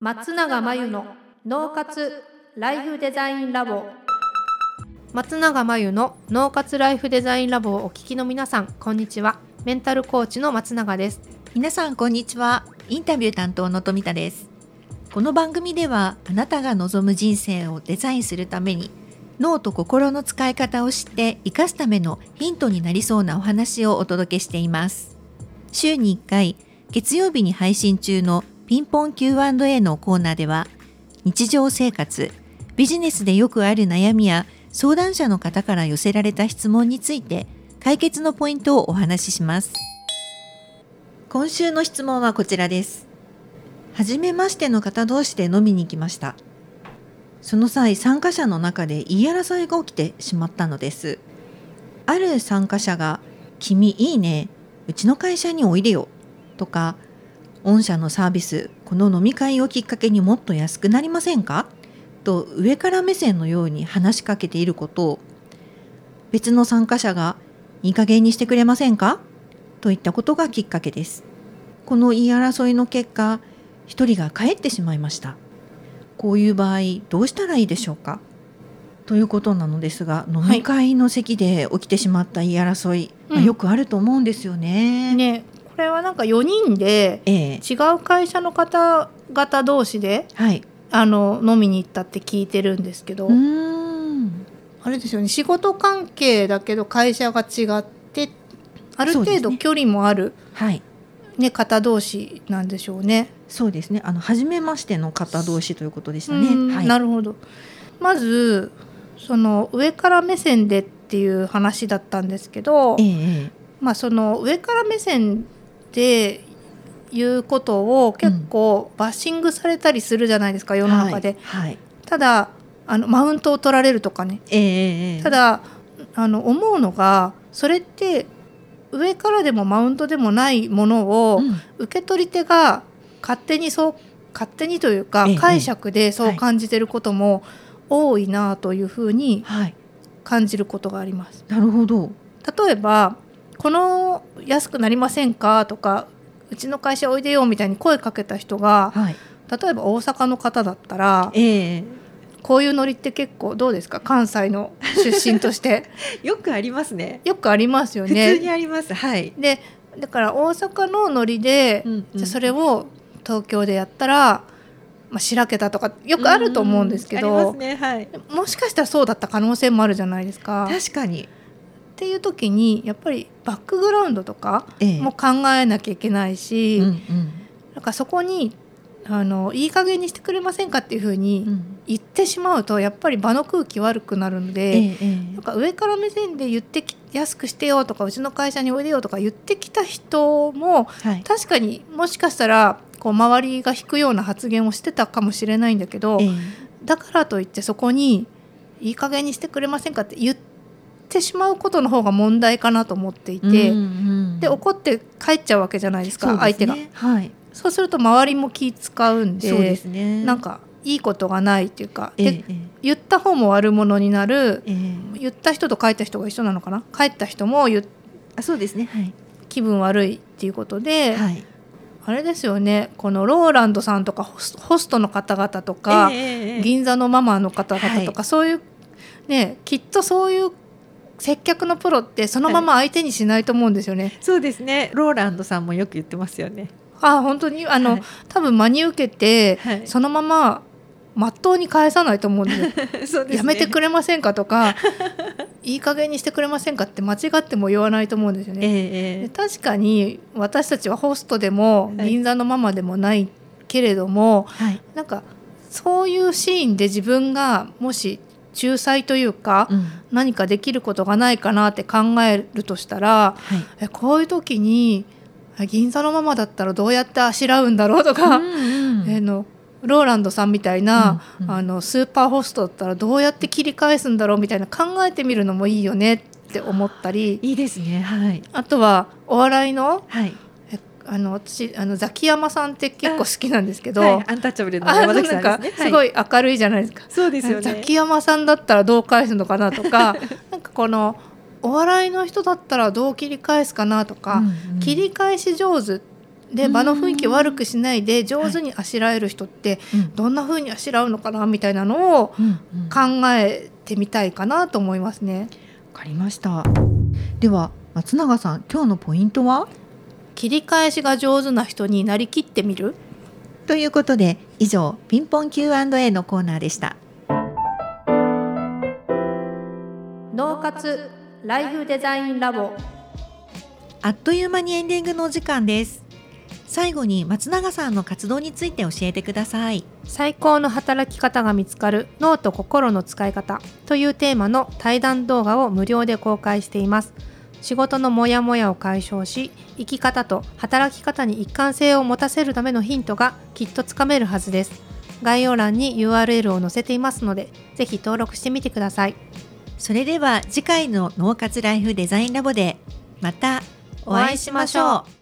松永真由の脳活ライフデザインラボ。松永真由の脳活ライフデザインラボをお聞きの皆さん、こんにちは。メンタルコーチの松永です。 皆さんこんにちは。インタビュー担当の富田です。この番組ではあなたが望む人生をデザインするために脳と心の使い方を知って生かすためのヒントになりそうなお話をお届けしています。週に1回月曜日に配信中のピンポン Q&A のコーナーでは、日常生活、ビジネスでよくある悩みや相談者の方から寄せられた質問について解決のポイントをお話しします。今週の質問はこちらです。はじめましての方同士で飲みに行きました。その際、参加者の中で言い争いが起きてしまったのです。ある参加者が、君いいね、うちの会社においでよとか、御社のサービス、この飲み会をきっかけにもっと安くなりませんかと上から目線のように話しかけていることを、別の参加者がいい加減にしてくれませんかといったことがきっかけです。この言い争いの結果、一人が帰ってしまいました。こういう場合どうしたらいいでしょうかということなのですが、飲み会の席で起きてしまった言い争い、よくあると思うんですよね。 これはなんか4人で違う会社の方々同士で、飲みに行ったって聞いてるんですけど、あれですよね、仕事関係だけど会社が違ってある程度距離もある、方同士なんでしょうね。 そうですね、初めましての方同士ということでしたね。 なるほど。まずその上から目線でっていう話だったんですけど、その上から目線でいうことを結構バッシングされたりするじゃないですか、世の中で。ただマウントを取られるとかね、ただ思うのが、それって上からでもマウントでもないものを、受け取り手が勝手にというか、解釈でそう感じてることも多いなというふうに感じることがあります。 なるほど。 例えば、この安くなりませんかとか、うちの会社おいでよみたいに声かけた人が、例えば大阪の方だったら、こういうノリって結構どうですか、関西の出身としてよくありますね。 よくありますよね。 普通にあります。 でだから大阪のノリで、じゃそれを東京でやったら、しらけたとかよくあると思うんですけど、 ありますね。 もしかしたらそうだった可能性もあるじゃないですか。 確かに。 っていう時にやっぱりバックグラウンドとかも考えなきゃいけないし、なんかそこにいい加減にしてくれませんかっていうふうに言ってしまうと、やっぱり場の空気悪くなるので、なんか上から目線で言って安くしてよとか、うちの会社においでよとか言ってきた人も、確かにもしかしたらこう周りが引くような発言をしてたかもしれないんだけど、だからといってそこにいい加減にしてくれませんかって言ってしまうことの方が問題かなと思っていて、で怒って帰っちゃうわけじゃないですか、相手が。そうすると周りも気使うんで、なんかいいことがないっていうか、で言った方も悪者になる、言った人と帰った人が一緒なのかな、帰った人もそうですね、 気分悪いっていうことで、あれですよね、このローランドさんとかホストの方々とか、銀座のママの方々とか、そういうね、きっとそういう接客のプロってそのまま相手にしないと思うんですよね。 そうですね、ローランドさんもよく言ってますよね。 本当に多分真に受けて、そのまま真っ当に返さないと思うんでそうですね、 やめてくれませんかとかいい加減にしてくれませんかって間違っても言わないと思うんですよね。で確かに私たちはホストでも銀座のママでもないけれども、なんかそういうシーンで自分がもし仲裁というか、何かできることがないかなって考えるとしたら、こういう時に銀座のママだったらどうやってあしらうんだろうとか、ローランドさんみたいな、スーパーホストだったらどうやって切り返すんだろうみたいな考えてみるのもいいよねって思ったり。 いいですね。 あとはお笑いの、私ザキヤマさんって結構好きなんですけど、 アンタッチャブルの山崎さんですね。 すごい明るいじゃないですか。 そうですよね。 ザキヤマさんだったらどう返すのかなとかなんかこのお笑いの人だったらどう切り返すかなとか、切り返し上手で場の雰囲気を悪くしないで上手にあしらえる人ってどんな風にあしらうのかなみたいなのを考えてみたいかなと思いますね。 わかりました。では松永さん、今日のポイントは？ 切り返しが上手な人になりきってみるということで、以上ピンポン Q&A のコーナーでした。 脳活ライフデザインラボ、 あっという間にエンディングのお時間です。最後に松永さんの活動について教えてください。 最高の働き方が見つかる脳と心の使い方というテーマの対談動画を無料で公開しています。仕事のモヤモヤを解消し、生き方と働き方に一貫性を持たせるためのヒントがきっとつかめるはずです。概要欄に URL を載せていますので、ぜひ登録してみてください。 それでは次回の脳活ライフデザインラボでまたお会いしましょう。